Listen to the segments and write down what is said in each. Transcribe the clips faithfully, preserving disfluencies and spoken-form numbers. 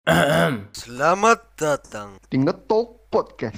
Selamat datang di Ngetalk Podcast.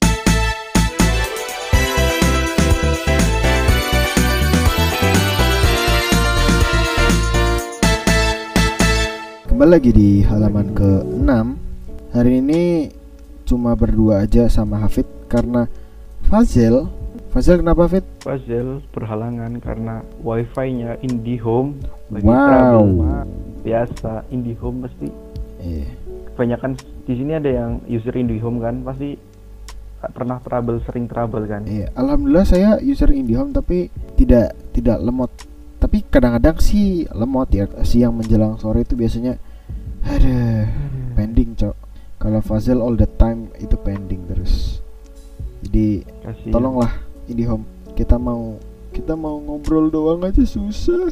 Kembali lagi di halaman ke enam. Hari ini cuma berdua aja sama Hafid karena Fazel. Fazel kenapa, Hafid? Fazel berhalangan karena wifi-nya IndiHome lagi Wow. trouble. Biasa IndiHome pasti Iya. kebanyakan di sini ada yang user IndiHome kan, pasti pernah trouble, sering trouble kan. Iya, alhamdulillah saya user IndiHome tapi tidak tidak lemot. Tapi kadang-kadang sih lemot ya. Siang menjelang sore itu biasanya ada pending, Cok. Kalau Fazel all the time itu pending terus. Jadi Kasihan. tolonglah IndiHome. Kita mau kita mau ngobrol doang aja susah.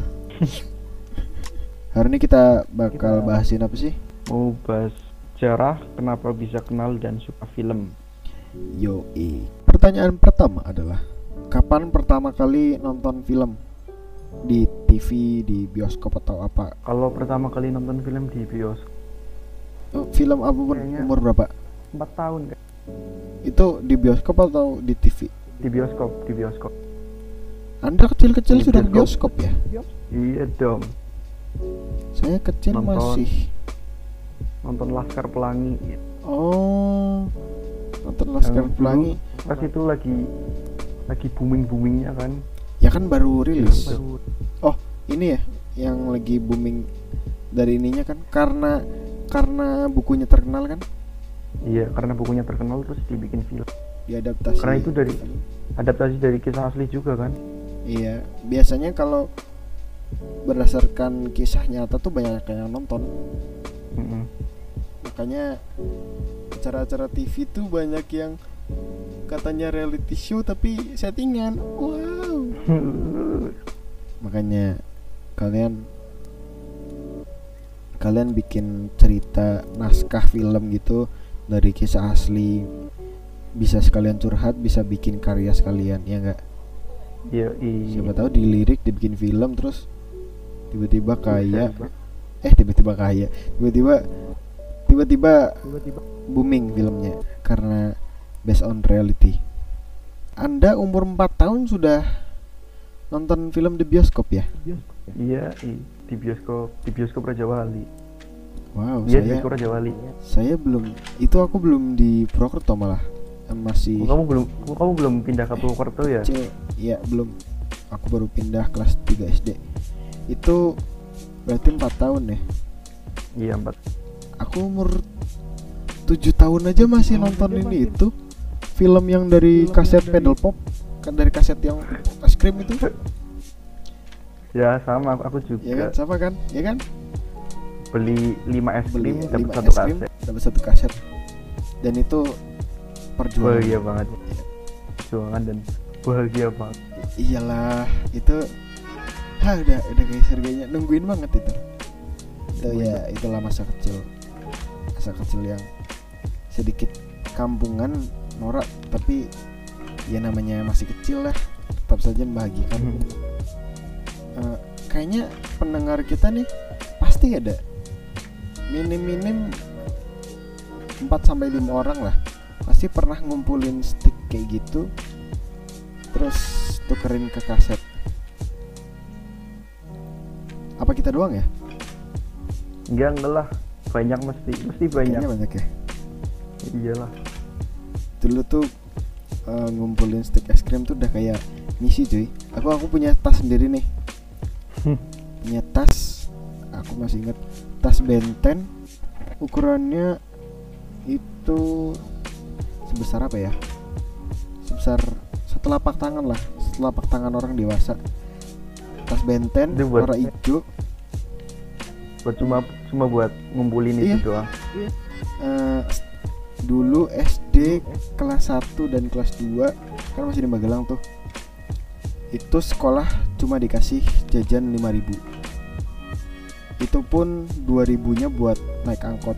Hari ini kita bakal Kita- bahasin apa sih? Mau bahas sejarah kenapa bisa kenal dan suka film. Yoi. Pertanyaan pertama adalah kapan pertama kali nonton film? Di T V, di bioskop atau apa? Kalau pertama kali nonton film di bioskop Oh, film apapun. Kayaknya- Umur berapa? empat tahun kan. Itu di bioskop atau di T V? Di bioskop, di bioskop. Anda kecil-kecil Di sudah ke bioskop. bioskop ya? Iya dong. Saya kecil Nonton. masih. Nonton Laskar Pelangi. Oh, nonton Laskar Yang Pelangi. dulu Pas itu lagi lagi booming-boomingnya kan. Ya kan baru rilis. Baru Oh, ini ya yang lagi booming dari ininya kan karena karena bukunya terkenal kan, Iya, karena bukunya terkenal terus dibikin film. diadaptasi. Karena itu dari adaptasi dari kisah asli juga kan. Iya, biasanya kalau berdasarkan kisah nyata tuh banyak yang nonton. Mm-mm. Makanya acara-acara T V tuh banyak yang katanya reality show tapi settingan. Wow. Makanya kalian kalian bikin cerita naskah film gitu dari kisah asli, bisa sekalian curhat, bisa bikin karya sekalian, ya enggak? Iya, iya. Siapa tahu dilirik dibikin film terus tiba-tiba kaya. Bisa, Eh tiba-tiba kaya, tiba-tiba tiba-tiba tiba-tiba booming filmnya karena based on reality. Anda umur empat tahun sudah nonton film di bioskop ya? iya, iya, di bioskop, di bioskop Raja Wali. Wow, Iya, di saya bioskop Raja Wali. saya belum, itu aku belum di Purwokerto malah. Masih Oh, kamu belum oh, kamu belum pindah ke Purwokerto ya? C, ya belum. Aku baru pindah kelas tiga S D. Itu berarti empat tahun ya. Iya, empat. Aku umur tujuh tahun aja masih nonton ini itu film yang dari kaset pedal pop, kan dari kaset yang es krim itu. Ya, sama aku juga. Ya kan, sama kan? Ya kan? Beli lima es Beli krim dapat lima satu es krim, kaset. dapat satu kaset. Dan itu perjuangan. Bahagia banget. Perjuangan dan bahagia banget. Iyalah, itu ha udah udah guys, harganya nungguin banget itu. Itu ya, itulah masa kecil. Masa kecil yang sedikit kampungan, norak, tapi ya namanya masih kecil lah, tetap saja membahagiakan. Uh, kayaknya pendengar kita nih pasti ada minim-minim empat sampai lima orang lah, pasti pernah ngumpulin stick kayak gitu terus tukerin ke kaset. Apa kita doang ya? Enggak, enggak lah. Banyak mesti, mesti banyak. Kayaknya banyak ya. Iyalah. Dulu tuh uh, ngumpulin stick es krim tuh udah kayak misi cuy. Aku aku punya tas sendiri nih. Punya tas, aku masih ingat, tas Benten, ukurannya itu sebesar apa ya? Sebesar satu telapak tangan lah, telapak tangan orang dewasa. Tas Benten Itu buat- warna hijau. Buat cuma cuma buat ngumpulin Iya. itu doang. Uh, dulu S D kelas satu dan kelas dua kan masih di Magelang tuh. Itu sekolah cuma dikasih jajan lima ribu. Itu pun dua ribunya buat naik angkot.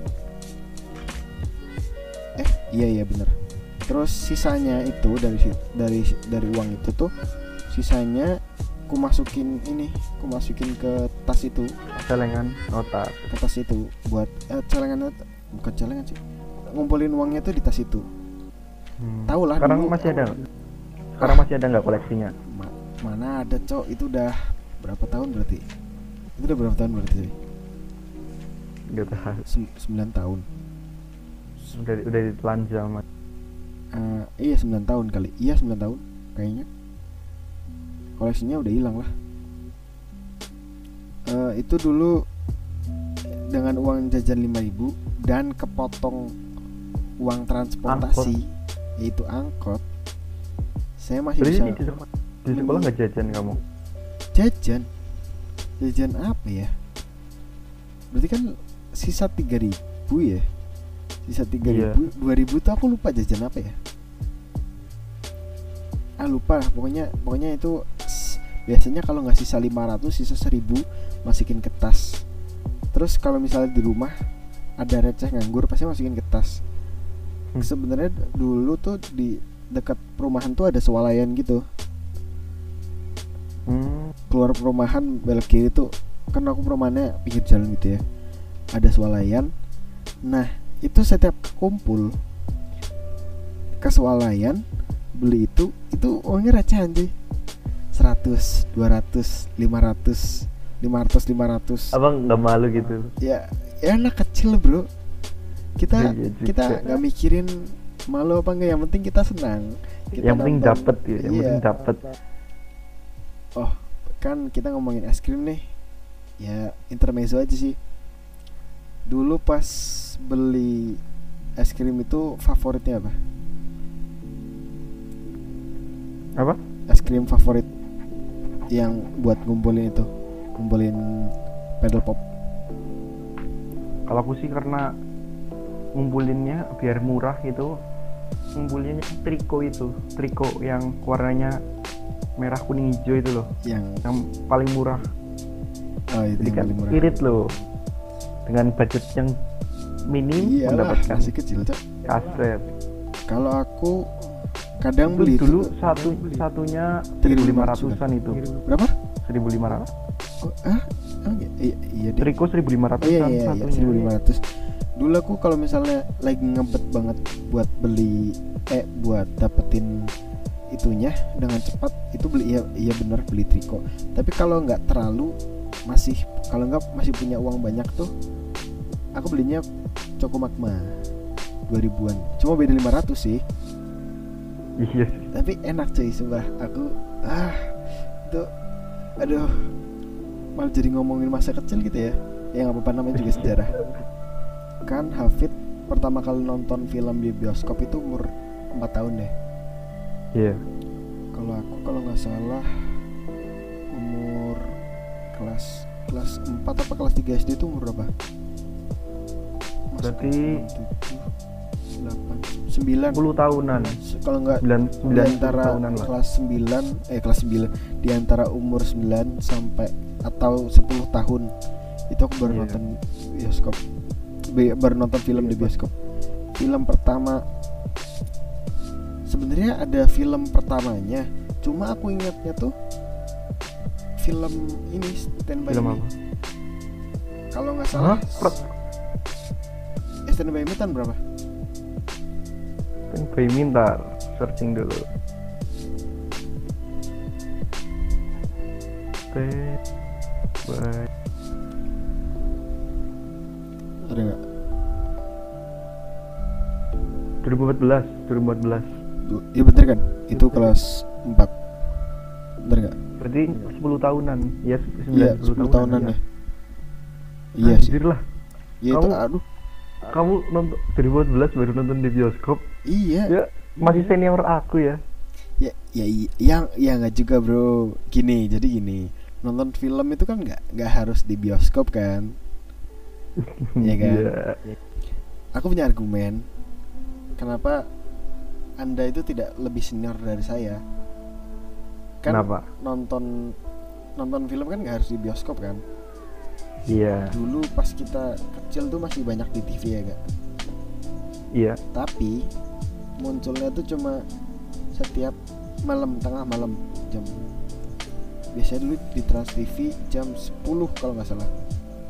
Eh, iya iya bener. Terus sisanya itu dari si- dari dari uang itu tuh sisanya ku masukin ini, ku masukin ke tas itu, Celengan otak. ke tas itu buat eh, celengan bukan celengan sih, ngumpulin uangnya tuh di tas itu. Hmm. Tahu lah Sekarang dulu, masih ada. awal- nggak? Sekarang masih ada nggak koleksinya? Ma- mana ada cok, itu udah berapa tahun berarti? Itu udah berapa tahun berarti sih? Nggak tahu. Sem- sembilan tahun. Udah udah ditelanjang Mas. Uh, iya sembilan tahun kali. Iya sembilan tahun kayaknya. Koleksinya udah hilang lah. Uh, itu dulu dengan uang jajan lima ribu dan kepotong uang transportasi, angkot. Yaitu angkot. Saya masih Berarti bisa di sekolah, di sekolah nggak jajan kamu? jajan. Jajan apa ya? Berarti kan sisa tiga ribu ya. Sisa tiga ribu, Iya. dua ribu tuh aku lupa jajan apa ya. Ah lupa lah, pokoknya pokoknya itu s- biasanya kalau nggak sisa lima ratus, sisa seribu masukin ke tas. Terus kalau misalnya di rumah ada receh nganggur pasti masukin ke tas. Hmm. Sebenarnya dulu tuh di dekat perumahan tuh ada swalayan gitu. Hmm. Keluar perumahan belok kiri tuh, kan aku perumahannya pinggir jalan gitu ya, ada swalayan. Nah itu setiap kumpul ke swalayan beli itu itu uangnya recehan sih, seratus, dua ratus, lima ratus, lima ratus, lima ratus. Abang nggak malu gitu? Ya, ya anak kecil bro, kita Iya juga. kita nggak mikirin malu apa enggak, yang penting kita senang. Kita Yang penting nonton. dapet ya, yang Iya. penting dapet. Oh kan kita ngomongin es krim nih, ya intermezzo aja sih. Dulu pas beli es krim itu favoritnya apa? Apa? Es krim favorit yang buat ngumpulin itu, ngumpulin pedal pop. Kalau aku sih karena ngumpulinnya biar murah gitu, ngumpulinnya triko itu, triko yang warnanya merah kuning hijau itu loh, Yang yang paling murah. oh itu Jadi yang kan paling murah. irit loh, dengan budget yang minim Iyalah, mendapatkan masih kecil cok. kaset. Kalau aku kadang Itu beli dulu itu satu satunya tiga seribu ribu lima lima ratus ratusan itu, berapa? seribu lima ratus. Oh, ah, oh, iya, iya, iya deh. Triko seribu lima Oh ratusan iya iya, iya satunya. seribu lima ratus. Dulu aku kalau misalnya lagi ngebet banget buat beli eh buat dapetin itunya dengan cepat, itu beli iya iya benar beli triko. Tapi kalau nggak terlalu masih kalau nggak masih punya uang banyak tuh, aku belinya Choco Magma dua ribuan. Cuma beda lima ratus sih. Iya sih. Tapi enak cuy, sumpah. Aku ah itu aduh, malah jadi ngomongin masa kecil gitu ya. Ya nggak apa-apa, namanya juga sejarah. Kan Hafid pertama kali nonton film di bioskop itu umur empat tahun deh. Iya. Kalau aku kalau nggak salah umur kelas kelas empat apa kelas tiga S D itu umur berapa? Berarti delapan, sembilan, sepuluh tahunan. kalau nggak sembilan di sembilan antara tahunan lah. kelas sembilan eh kelas sembilan di antara umur sembilan sampai atau sepuluh tahun itu aku baru Iya. nonton bioskop, Be- baru nonton film di bioskop. Film pertama sebenarnya ada film pertamanya, cuma aku ingatnya tuh film ini Stand By Film Me. apa? Kalau nggak salah Hah? Per- eh, Stand By Me tahun berapa? Kan Bay minta searching dulu. Bay Bay Ada nggak? dua ribu empat belas dua ribu empat belas. Du- Iya bener kan? Itu kelas empat. Bener nggak? Berarti sepuluh tahunan. Ya, Iya, sembilan sepuluh tahunan ya. Iya sih. Anjir lah. Iya itu Kamu- aduh. Kamu nonton dua ribu empat belas baru nonton di bioskop. Iya. Ya, masih senior aku ya. Ya ya i- yang ya nggak juga bro. Gini, jadi gini. Nonton film itu kan nggak nggak harus di bioskop kan? Iya kan? Iya. Aku punya argumen. Kenapa Anda itu tidak lebih senior dari saya? Kan Kenapa? nonton nonton film kan nggak harus di bioskop kan? Iya. Dulu pas kita kecil tuh masih banyak di T V ya gak? Iya. Tapi munculnya tuh cuma setiap malam, tengah malam jam. Biasanya dulu di Trans T V jam sepuluh kalau nggak salah.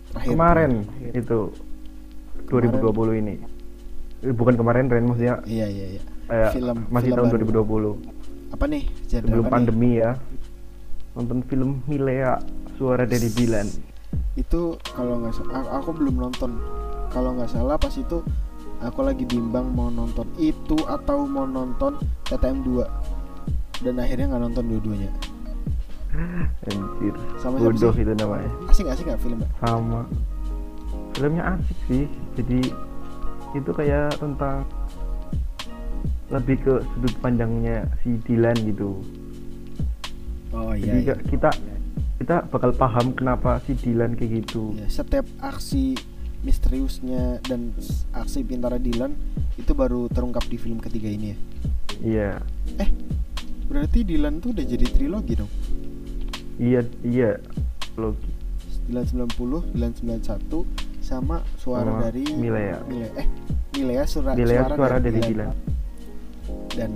terakhir kemarin itu dua ribu dua puluh ini. Eh, bukan kemarin Ren, maksudnya iya iya iya eh, film masih film tahun baru. dua ribu dua puluh. Apa nih genre Sebelum apa pandemi nih? Ya. Nonton film Milea, Suara dari Dilan. Itu kalau nggak salah aku, aku belum nonton. Kalau nggak salah pas itu aku lagi bimbang mau nonton itu atau mau nonton T T M dua, dan akhirnya nggak nonton dua-duanya. Anjir, Sama siapa bodoh sih? itu namanya. Asik nggak sih nggak filmnya? Sama. Filmnya asik sih. Jadi itu kayak tentang lebih ke sudut pandangnya si Dilan gitu. Oh iya, Jadi iya. kita kita bakal paham kenapa si Dilan kayak gitu. Ya, setiap aksi misteriusnya dan s- aksi pintar Dylan itu baru terungkap di film ketiga ini ya. Iya, Berarti Dylan tuh udah jadi trilogi dong. iya, iya. Logi. Dylan sembilan puluh, Dylan sembilan puluh satu sama suara Sama dari Milea. Milea. Eh, Milea suara, Milea suara, suara dari Dylan. Dilan. Dan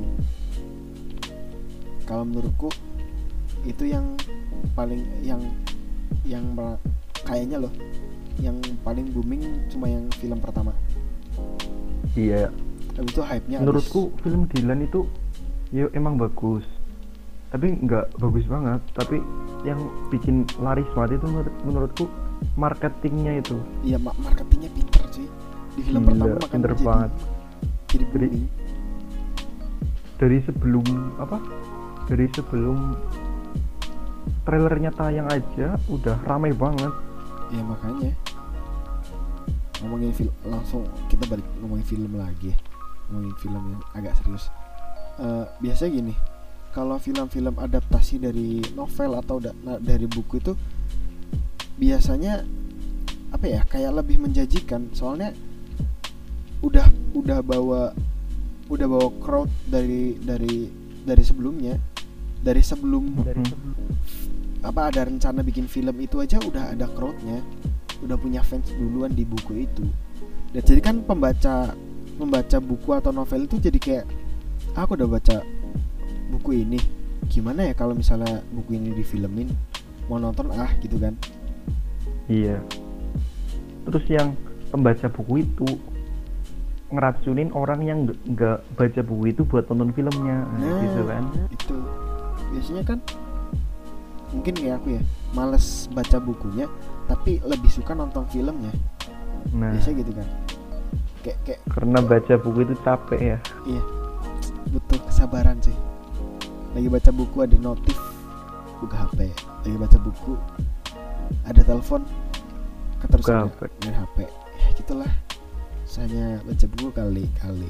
kalau menurutku itu yang paling yang yang mer- kayaknya loh yang paling booming cuma yang film pertama. Iya. Habis itu hype-nya Menurutku film Dilan itu ya emang bagus. Tapi nggak bagus banget. Tapi yang bikin laris banget itu menurut, menurutku marketingnya itu. iya ma- marketingnya pinter sih. Di film Gila, pertama makanya pinter jadi, banget. jadi Dari- booming. Dari sebelum apa? Dari sebelum trailernya tayang aja udah ramai banget. Ya makanya ngomongin film langsung kita balik ngomongin film lagi ya. Ngomongin film yang agak serius. Eh, biasanya gini, kalau film-film adaptasi dari novel atau da- na- dari buku itu biasanya apa ya, kayak lebih menjanjikan, soalnya udah udah bawa udah bawa crowd dari dari dari sebelumnya, dari sebelum Dari apa ada rencana bikin film itu aja udah ada crowdnya, udah punya fans duluan di buku itu. Dan jadi kan pembaca membaca buku atau novel itu jadi kayak, aku udah baca buku ini, gimana ya kalau misalnya buku ini difilmin, mau nonton ah gitu kan. Iya. Terus yang pembaca buku itu ngeracunin orang yang nggak- nggak baca buku itu buat nonton filmnya, Nah, gitu kan? itu biasanya kan mungkin kayak aku ya, males baca bukunya tapi lebih suka nonton filmnya. Nah, Biasanya gitu kan. Kayak kayak karena baca buku itu capek ya. iya, butuh kesabaran sih. Lagi baca buku ada notif, buka H P. Lagi baca buku ada telepon, keterusan Buka H P. main H P. Ya gitulah. Saya baca buku kali-kali.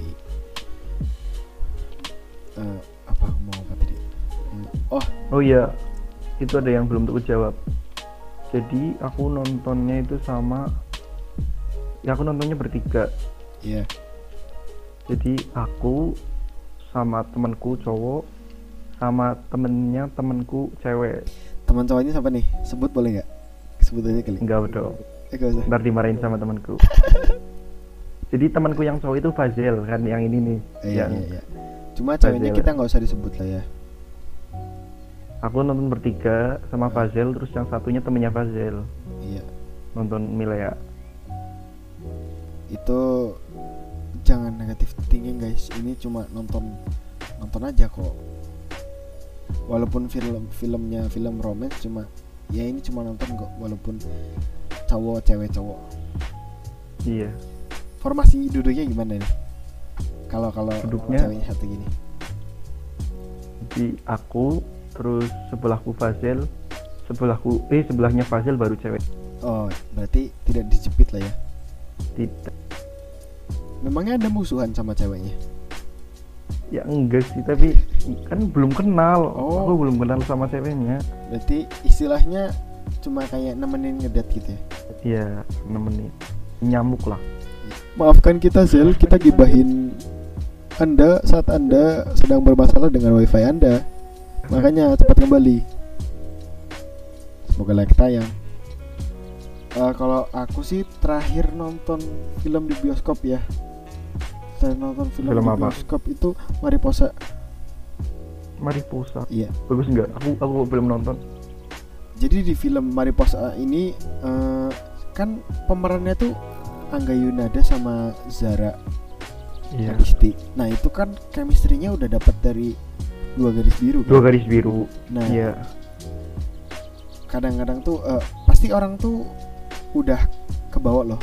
Eh, apa mau apa tadi? Hmm, Oh, Oh iya, itu ada yang belum terjawab. Jadi aku nontonnya itu sama, ya aku nontonnya bertiga. iya. Jadi aku sama temanku cowok, sama temennya temanku cewek. Teman cowoknya siapa nih? Sebut boleh nggak? Sebut aja kali. Enggak dong, Eh, gak usah. ntar dimarahin sama temanku. Jadi temanku yang cowok itu Fazel kan, yang ini nih. Eh, iya, yang iya, iya. Cuma ceweknya Fazel. kita nggak usah disebut lah ya. Aku nonton bertiga sama Fazel, terus yang satunya temennya Fazel Iya. nonton Milea. Itu jangan negatif thinking guys, ini cuma nonton nonton aja kok. Walaupun film filmnya film romance, cuma ya ini cuma nonton kok, walaupun cowok cewek cowok. Iya. Formasi duduknya gimana nih kalau kalau Duduknya- ceweknya satu gini? Jadi aku, terus sebelahku Fazel, sebelahku eh sebelahnya Fazel baru cewek. Oh, berarti tidak dijepit lah ya. Tidak. Memangnya ada musuhan sama ceweknya? Ya enggak sih, tapi kan belum kenal. Oh. Aku belum kenal sama ceweknya. Berarti istilahnya cuma kayak nemenin ngedet gitu ya. Iya, nemenin. Nyamuk lah. Maafkan kita Zel, kita gibahin Anda saat Anda sedang bermasalah dengan wifi Anda. Makanya cepat kembali. Semoga like tayang. Eh, kalau aku sih terakhir nonton film di bioskop ya. Saya nonton film, Film di apa? bioskop itu Mariposa. Mariposa. Iya. Bagus enggak? Aku aku belum nonton. Jadi di film Mariposa ini eh, kan pemerannya tuh Angga Yunada sama Zara Iya. Adisti. Nah itu kan chemistry-nya udah dapat dari Dua Garis Biru kan? Dua Garis Biru. Nah Iya. kadang-kadang tuh uh, pasti orang tuh udah kebawa loh,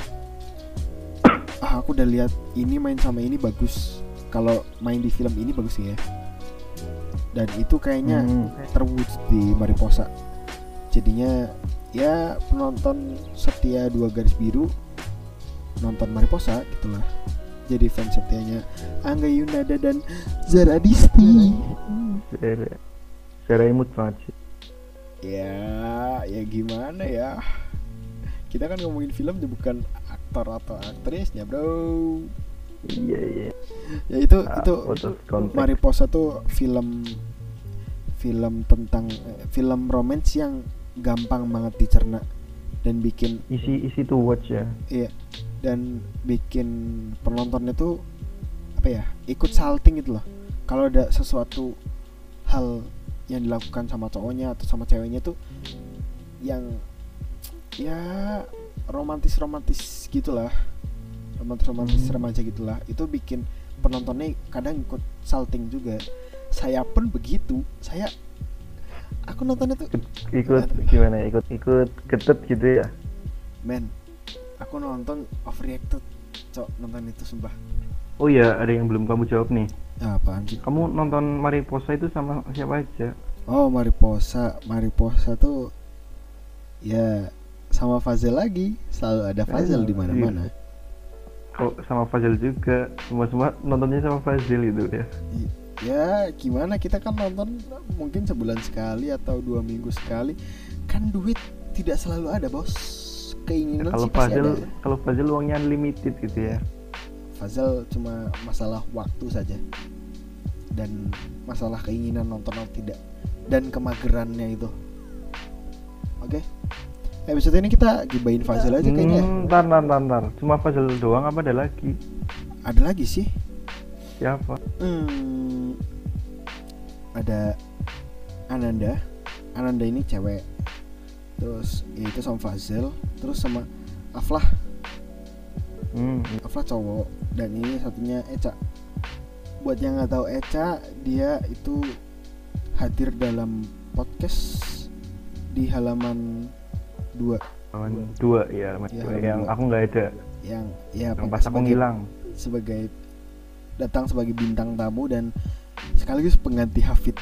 ah aku udah lihat ini main sama ini bagus, kalau main di film ini bagus ya, dan itu kayaknya Hmm. terwujud di Mariposa. Jadinya ya penonton setia Dua Garis Biru nonton Mariposa gitulah, jadi fans setianya Angga Yunada dan Zara Adisti. Zara. Zara imut banget sih. Ya, ya gimana ya? Kita kan ngomongin film, dia bukan aktor atau aktrisnya, bro. Iya iya. Ya itu Ah, itu out of context. Mariposa tuh film film tentang eh, film romance yang gampang banget dicerna dan bikin Isi isi to watch ya. iya dan bikin penontonnya tuh apa ya, ikut salting gitu loh. Kalau ada sesuatu hal yang dilakukan sama cowoknya atau sama ceweknya tuh yang ya romantis romantis gitulah, romantis romantis Hmm. remaja gitulah, itu bikin penontonnya kadang ikut salting juga. Saya pun begitu, saya aku nontonnya tuh Ikut gimana ya? Ikut ikut getet gitu ya. men, aku nonton overreacted cok, nonton itu sumpah. Oh iya, ada yang belum kamu jawab nih. Ah, apaan sih? Kamu nonton Mariposa itu sama siapa aja? Oh Mariposa, Mariposa tuh ya sama Fazel lagi, selalu ada Fazel Eh, di mana-mana. Kok sama Fazil juga? Semua semua nontonnya sama Fazil itu ya. I- Ya gimana, kita kan nonton mungkin sebulan sekali atau dua minggu sekali. Kan duit tidak selalu ada bos, keinginan Kalau sih pasti Fazil ada. kalau Fazil uangnya unlimited gitu ya. Fazel cuma masalah waktu saja dan masalah keinginan nonton atau tidak dan kemagerannya itu. Oke, episode ini kita gibain Fazel aja kayaknya. Hmm, ntar, ntar, ntar, ntar. Cuma Fazil doang apa ada lagi? Ada lagi sih. Siapa? Hmm, ada Ananda. Ananda ini cewek. Terus ya itu sama Fazel. Terus sama Aflah. Hmm, Aflah cowok. Dan ini satunya Eca. Buat yang nggak tahu Eca, dia itu hadir dalam podcast di halaman dua lawan dua ya, Mas. Ya, Dua. lawan Yang dua. aku nggak ada. yang ya Yang pokoknya pas aku sebagai, ngilang. sebagai datang sebagai bintang tamu dan sekaligus pengganti Hafid.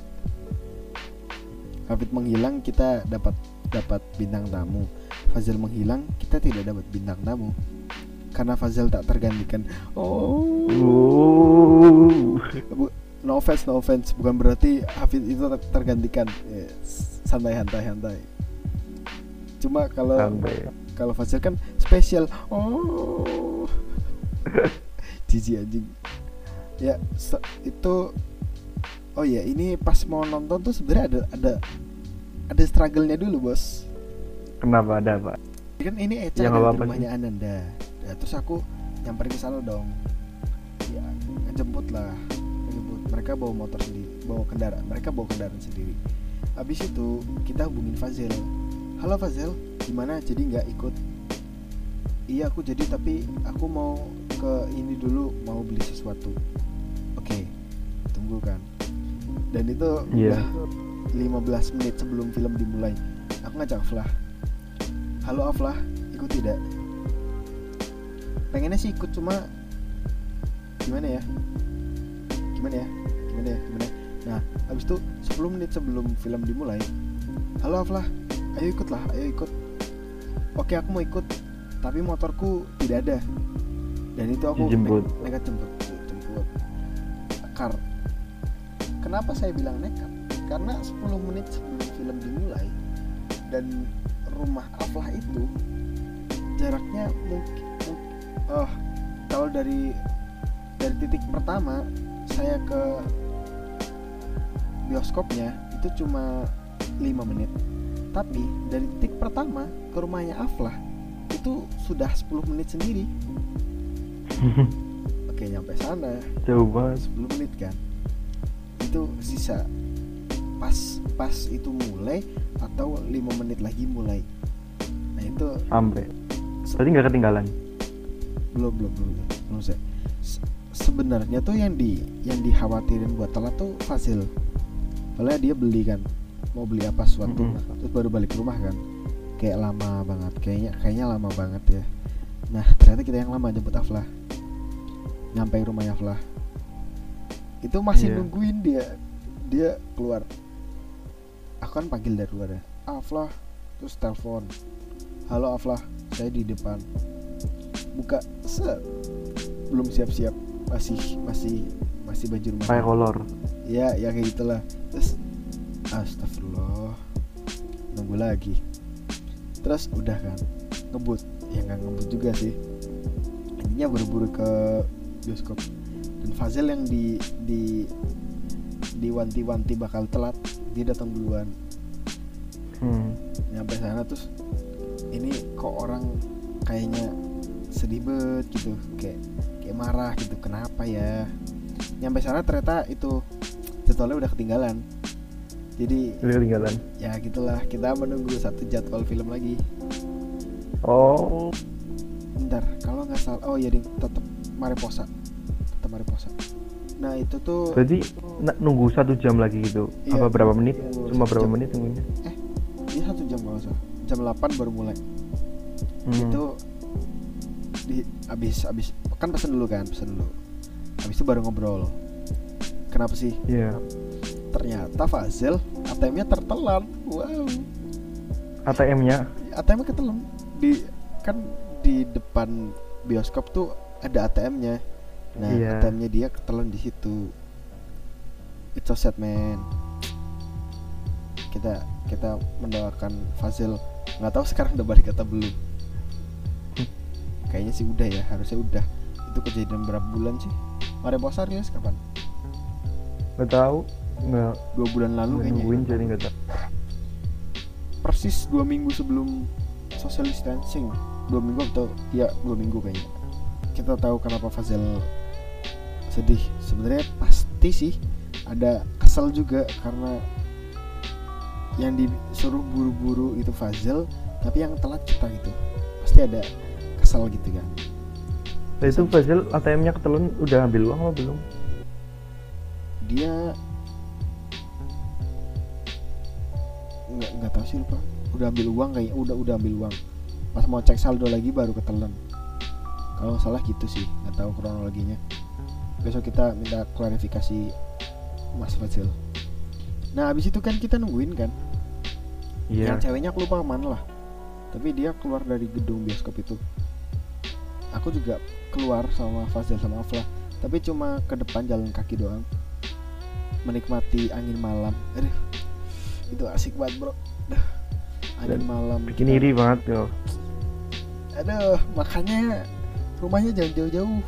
Hafid menghilang, kita dapat dapat bintang tamu. Fazil menghilang, kita tidak dapat bintang tamu karena Fazil tak tergantikan. Oh, Oh. Bu- no offense, no offense, bukan berarti Hafid itu ter- tergantikan. Eh, santai, santai, santai. Cuma kalau Sampai. kalau Fazil kan spesial. Oh, jijik anjing. Ya se- itu. Oh ya, ini pas mau nonton tuh sebenarnya ada ada ada struggle-nya dulu bos. Kenapa ada apa? Kan ini Eca Ya, dari nggak apa-apa rumahnya Ananda. Ya, terus aku nyamperin ke sana dong. Ya ngejemput lah, ngejemput. Mereka bawa motor sendiri, bawa kendaraan. Mereka bawa kendaraan sendiri. Habis itu kita hubungin Fazil. Halo Fazil, gimana? Jadi nggak ikut? Iya aku jadi, tapi aku mau ke ini dulu, mau beli sesuatu. Oke, tunggu kan. Dan itu Iya. udah lima belas menit sebelum film dimulai. Aku ngajak Aflah. Halo Aflah, ikut tidak? Pengennya sih ikut, cuma gimana ya? Gimana ya? Gimana ya? Gimana? Nah, habis itu sepuluh menit sebelum film dimulai. Halo Aflah, ayo ikutlah, ayo ikut. Oke, aku mau ikut, tapi motorku tidak ada. Dan itu aku Dijemput. ne- nekat jemput, jemput. Kar. Kenapa saya bilang nekat? Karena sepuluh menit sebelum film dimulai dan rumah Aflah itu jaraknya mungkin oh kalau dari dari titik pertama saya ke bioskopnya itu cuma lima menit. Tapi dari titik pertama ke rumahnya Aflah itu sudah sepuluh menit sendiri. Oke, nyampe sana Jauh banget. sepuluh menit kan. Itu sisa pas pas itu mulai atau lima menit lagi mulai. Nah itu Sampai. Berarti nggak ketinggalan. belum belum belum belum saya Se- sebenarnya tuh yang di yang dikhawatirin buat telat tuh Fazil. Soalnya dia beli kan, mau beli apa sesuatu, Mm-mm. terus baru balik rumah kan, kayak lama banget, kayaknya kayaknya lama banget ya. Nah ternyata kita yang lama jemput Aflah, nyampe rumahnya Aflah itu masih Iya. nungguin dia dia keluar. Aku kan panggil dari luar ya, Aflah, terus telepon, halo Aflah, saya di depan. Buka, set, belum siap-siap, masih masih masih baju rumah. Pakai kolor. Ya, ya kayak gitulah. Terus astagfirullah, nunggu lagi. Terus udah kan, ngebut. Ya nggak ngebut juga sih. Intinya buru-buru ke bioskop. Dan Fazil yang di di diwanti-wanti bakal telat, dia datang duluan. Hmm. Nyampe sana terus ini kok orang kayaknya sedih banget gitu, kayak kayak marah gitu, kenapa ya. Nyampe sana ternyata itu jadwalnya udah ketinggalan. Jadi Udah ketinggalan. ya gitulah, kita menunggu satu jadwal film lagi. Oh. Bentar, kalau nggak salah, oh iya ding, tetap Mariposa, tetap Mariposa. Nah itu tuh Berarti na- nunggu satu jam lagi gitu. Iya. Apa berapa menit? Nunggu Cuma satu berapa jam. menit tunggunya? dia satu jam kalau nggak salah, jam delapan baru mulai. Hmm. Itu di abis abis kan pesen dulu kan, pesen dulu. Abis itu baru ngobrol. Kenapa sih? Iya. Ternyata Fazil A T M-nya tertelan. Wow. A T M-nya. A T M-nya ketelan. Di kan di depan bioskop tuh ada A T M-nya. Nah, Iya. A T M-nya dia ketelan di situ. It's so sad, man. Kita kita mendoakan Fazil. Nggak tahu sekarang udah balik atau belum. Kayaknya sih udah ya, harusnya udah. Itu kejadian berapa bulan sih? Mariposa rilis kapan? Nggak tahu. Nggak. Dua bulan lalu Nggak kayaknya. nungguin jadi nggak tahu. Persis dua minggu sebelum social distancing. Dua minggu atau ya dua minggu kayaknya. Kita tahu kenapa Fazil sedih. Sebenarnya pasti sih ada kesel juga karena yang disuruh buru-buru itu Fazil, tapi yang telat kita gitu. Pasti ada kesel gitu kan. Nah, itu Fazil A T M-nya ketelan udah ambil uang apa belum? Dia nggak nggak tahu sih, lupa. Udah ambil uang kayaknya, udah udah ambil uang. Pas mau cek saldo lagi baru ketelan. Kalau nggak salah gitu sih, nggak tahu kronologinya. Besok kita minta klarifikasi Mas Fazil. Nah abis itu kan kita nungguin kan. Iya. Yang ceweknya aku lupa kemana lah. Tapi dia keluar dari gedung bioskop itu. Aku juga keluar sama Fazil sama Aflah, tapi cuma ke depan jalan kaki doang, menikmati angin malam. Aduh, itu asik banget bro. Aduh, angin Dan malam. Bikin iri banget yo. Aduh, makanya rumahnya jangan jauh-jauh.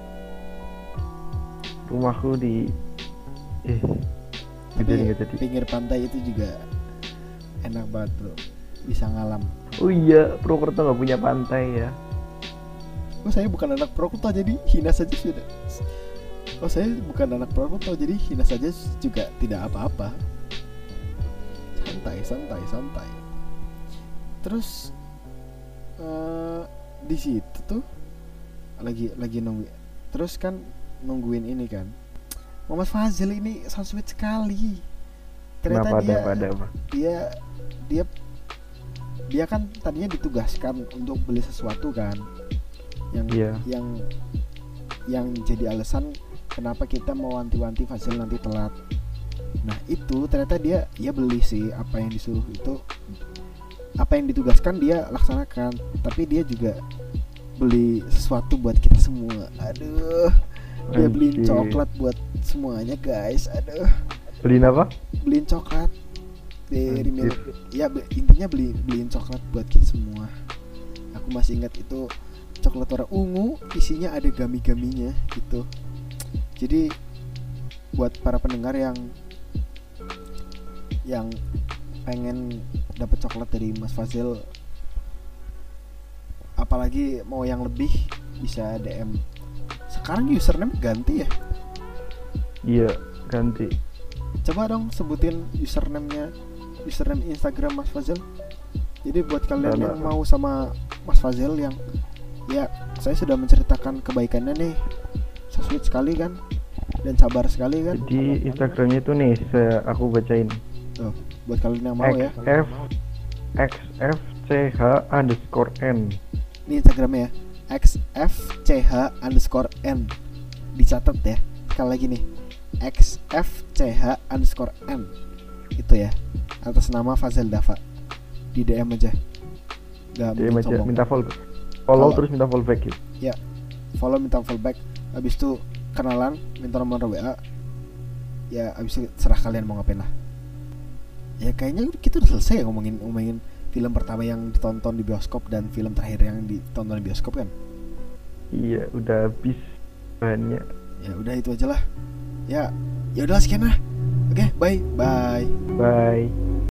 Rumahku di eh nggak Tapi jadi nggak jadi. pinggir pantai itu juga enak banget bro, bisa ngalam. Oh iya, Purwokerto nggak punya pantai ya. Oh saya bukan anak Purwokerto jadi hina saja sudah. Oh saya bukan anak Purwokerto jadi hina saja juga tidak apa-apa. Santai santai santai. Terus uh, di situ tuh lagi lagi nunggu. Terus kan nungguin ini kan. Muhammad Fazil ini so sweet sekali. Ternyata Kenapa dia ada ada apa? dia dia dia kan tadinya ditugaskan untuk beli sesuatu kan, yang Iya. yang yang jadi alasan kenapa kita mau wanti-wanti Fazil nanti telat. Nah itu ternyata dia dia beli sih apa yang disuruh itu, apa yang ditugaskan dia laksanakan, tapi dia juga beli sesuatu buat kita semua. Aduh, dia beliin Anjir. coklat buat semuanya guys. Aduh, Beliin apa? beliin coklat dari Anjir. milk. Ya be- intinya beli beliin coklat buat kita semua. Aku masih ingat itu coklat warna ungu, isinya ada gami-gaminya gitu. Jadi buat para pendengar yang yang pengen dapat coklat dari Mas Fazil, apalagi mau yang lebih, bisa D M. Sekarang username ganti ya? Iya, ganti. Coba dong sebutin username-nya, username Instagram Mas Fazil. Jadi buat kalian Mana? yang mau sama Mas Fazel yang ya saya sudah menceritakan kebaikannya nih, so sweet sekali kan dan sabar sekali kan. Jadi Instagramnya itu nih saya aku bacain. Tuh, buat kalian yang mau ya. xf xfch underscore n. Ini Instagramnya ya, xfch underscore n. Dicatat ya, sekali lagi nih, xfch underscore n. Itu ya, atas nama Fazel Dava. Di D M aja, gak D M mungkin aja, sombong. minta follow follow Follow. terus minta follow back gitu. Ya, follow, minta follow back. Habis itu kenalan, minta nomor W A. Ya, habis itu serah kalian mau ngapain lah. Ya kayaknya kita udah selesai ya ngomongin ngomongin film pertama yang ditonton di bioskop dan film terakhir yang ditonton di bioskop kan. Iya, udah habis bahannya. Ya udah itu aja lah. Ya, ya udahlah sekian lah. Oke, bye, bye. Bye.